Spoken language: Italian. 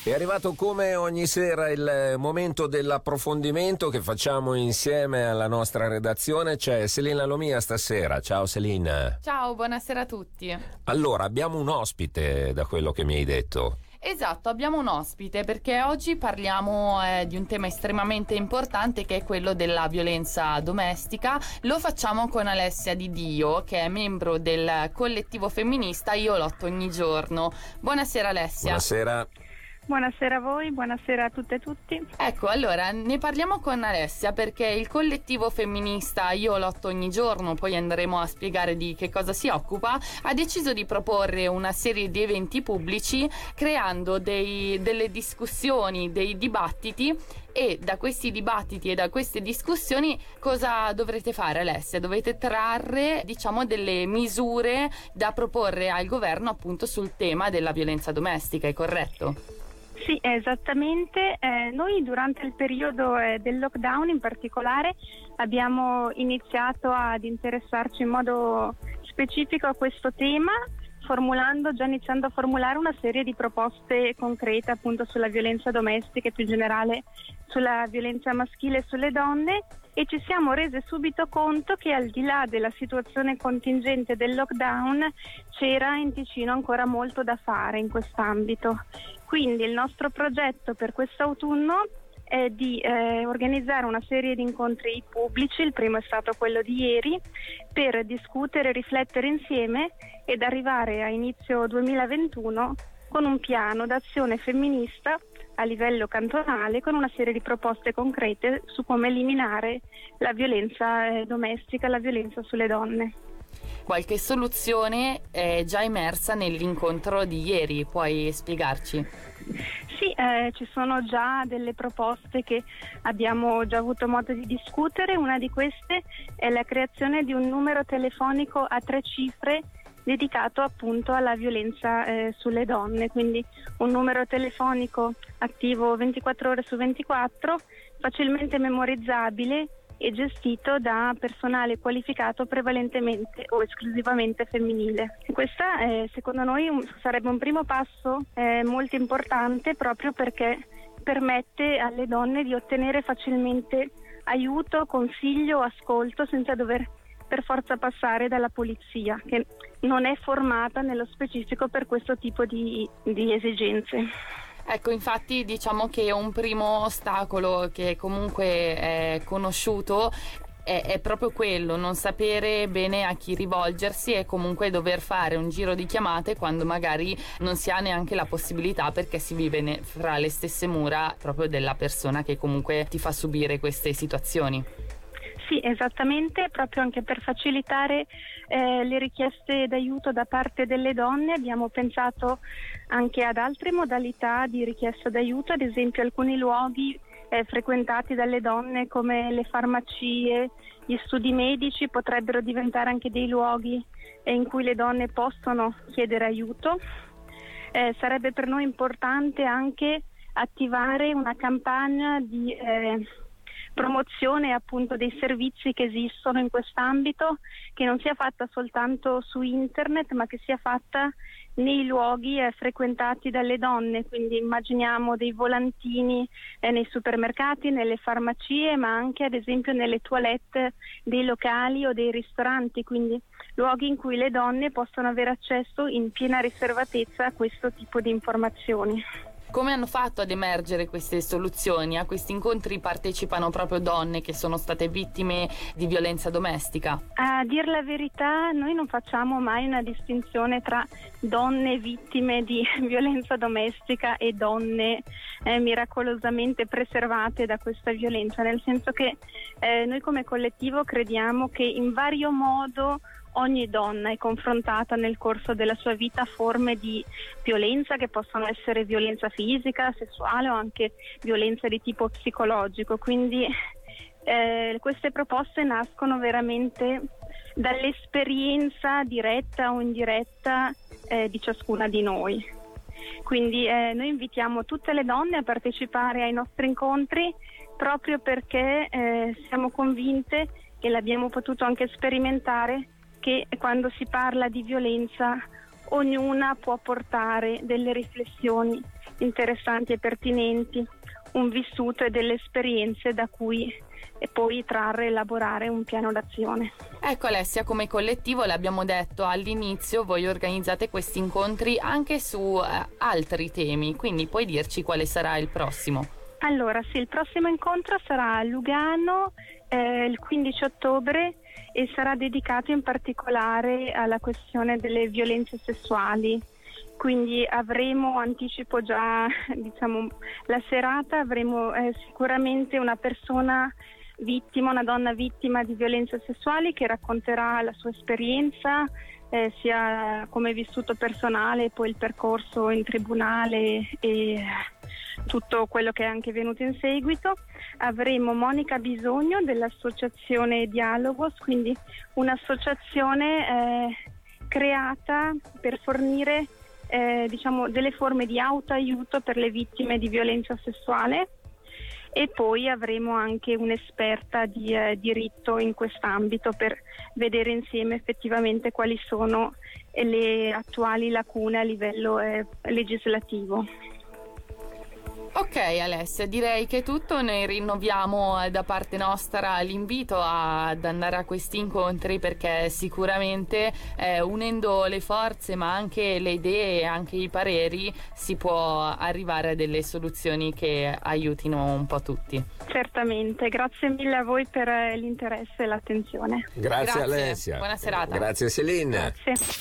È arrivato come ogni sera il momento dell'approfondimento che facciamo insieme alla nostra redazione. C'è Selina Lomia stasera. Ciao Selina. Ciao, buonasera a tutti. Allora, abbiamo un ospite da quello che mi hai detto. Esatto, abbiamo un ospite perché oggi parliamo di un tema estremamente importante che è quello della violenza domestica. Lo facciamo con Alessia Di Dio, che è membro del collettivo femminista Io Lotto Ogni Giorno. Buonasera Alessia. Buonasera. Buonasera a voi, buonasera a tutte e tutti. Ecco, allora ne parliamo con Alessia perché il collettivo femminista Io Lotto Ogni Giorno, poi andremo a spiegare di che cosa si occupa, ha deciso di proporre una serie di eventi pubblici creando delle discussioni, dei dibattiti, e da questi dibattiti e da queste discussioni cosa dovrete fare, Alessia? Dovete trarre, delle misure da proporre al governo appunto sul tema della violenza domestica, è corretto? Sì, esattamente. Noi durante il periodo del lockdown in particolare abbiamo iniziato ad interessarci in modo specifico a questo tema, iniziando a formulare una serie di proposte concrete appunto sulla violenza domestica e più in generale sulla violenza maschile e sulle donne, e ci siamo rese subito conto che al di là della situazione contingente del lockdown c'era in Ticino ancora molto da fare in quest'ambito. Quindi il nostro progetto per quest'autunno è di organizzare una serie di incontri pubblici, il primo è stato quello di ieri, per discutere e riflettere insieme ed arrivare a inizio 2021 con un piano d'azione femminista a livello cantonale con una serie di proposte concrete su come eliminare la violenza domestica, la violenza sulle donne. Qualche soluzione è già emersa nell'incontro di ieri, puoi spiegarci? Sì, ci sono già delle proposte che abbiamo già avuto modo di discutere. Una di queste è la creazione di un numero telefonico a 3 cifre dedicato appunto alla violenza sulle donne, quindi un numero telefonico attivo 24 ore su 24, facilmente memorizzabile e gestito da personale qualificato prevalentemente o esclusivamente femminile. Questa secondo noi sarebbe un primo passo molto importante, proprio perché permette alle donne di ottenere facilmente aiuto, consiglio, ascolto senza dover per forza passare dalla polizia, che non è formata nello specifico per questo tipo di esigenze. Ecco, infatti diciamo che un primo ostacolo che comunque è conosciuto è proprio quello, non sapere bene a chi rivolgersi e comunque dover fare un giro di chiamate quando magari non si ha neanche la possibilità, perché si vive fra le stesse mura proprio della persona che comunque ti fa subire queste situazioni. Sì, esattamente, proprio anche per facilitare le richieste d'aiuto da parte delle donne abbiamo pensato anche ad altre modalità di richiesta d'aiuto, ad esempio alcuni luoghi frequentati dalle donne come le farmacie, gli studi medici potrebbero diventare anche dei luoghi in cui le donne possono chiedere aiuto. Sarebbe per noi importante anche attivare una campagna di promozione appunto dei servizi che esistono in quest'ambito, che non sia fatta soltanto su internet ma che sia fatta nei luoghi frequentati dalle donne, quindi immaginiamo dei volantini nei supermercati, nelle farmacie, ma anche ad esempio nelle toilette dei locali o dei ristoranti, quindi luoghi in cui le donne possono avere accesso in piena riservatezza a questo tipo di informazioni. Come hanno fatto ad emergere queste soluzioni? A questi incontri partecipano proprio donne che sono state vittime di violenza domestica? A dir la verità, noi non facciamo mai una distinzione tra donne vittime di violenza domestica e donne miracolosamente preservate da questa violenza, nel senso che noi come collettivo crediamo che in vario modo ogni donna è confrontata nel corso della sua vita a forme di violenza che possono essere violenza fisica, sessuale o anche violenza di tipo psicologico, quindi queste proposte nascono veramente dall'esperienza diretta o indiretta di ciascuna di noi. Quindi noi invitiamo tutte le donne a partecipare ai nostri incontri proprio perché siamo convinte, e l'abbiamo potuto anche sperimentare, che quando si parla di violenza ognuna può portare delle riflessioni interessanti e pertinenti, un vissuto e delle esperienze da cui e poi trarre e elaborare un piano d'azione. Ecco Alessia, come collettivo, l'abbiamo detto all'inizio, voi organizzate questi incontri anche su altri temi, quindi puoi dirci quale sarà il prossimo? Allora sì, il prossimo incontro sarà a Lugano il 15 ottobre e sarà dedicato in particolare alla questione delle violenze sessuali. Quindi avremo, anticipo già la serata, avremo sicuramente una persona vittima, una donna vittima di violenze sessuali che racconterà la sua esperienza, sia come vissuto personale, poi il percorso in tribunale e tutto quello che è anche venuto in seguito. Avremo Monica Bisogno dell'associazione Dialogos, quindi un'associazione creata per fornire delle forme di autoaiuto per le vittime di violenza sessuale, e poi avremo anche un'esperta di diritto in quest'ambito per vedere insieme effettivamente quali sono le attuali lacune a livello legislativo. Ok Alessia, direi che è tutto. Noi rinnoviamo da parte nostra l'invito ad andare a questi incontri, perché sicuramente unendo le forze ma anche le idee e anche i pareri si può arrivare a delle soluzioni che aiutino un po' tutti. Certamente, grazie mille a voi per l'interesse e l'attenzione. Grazie Alessia. Buona serata. Grazie Céline. Grazie.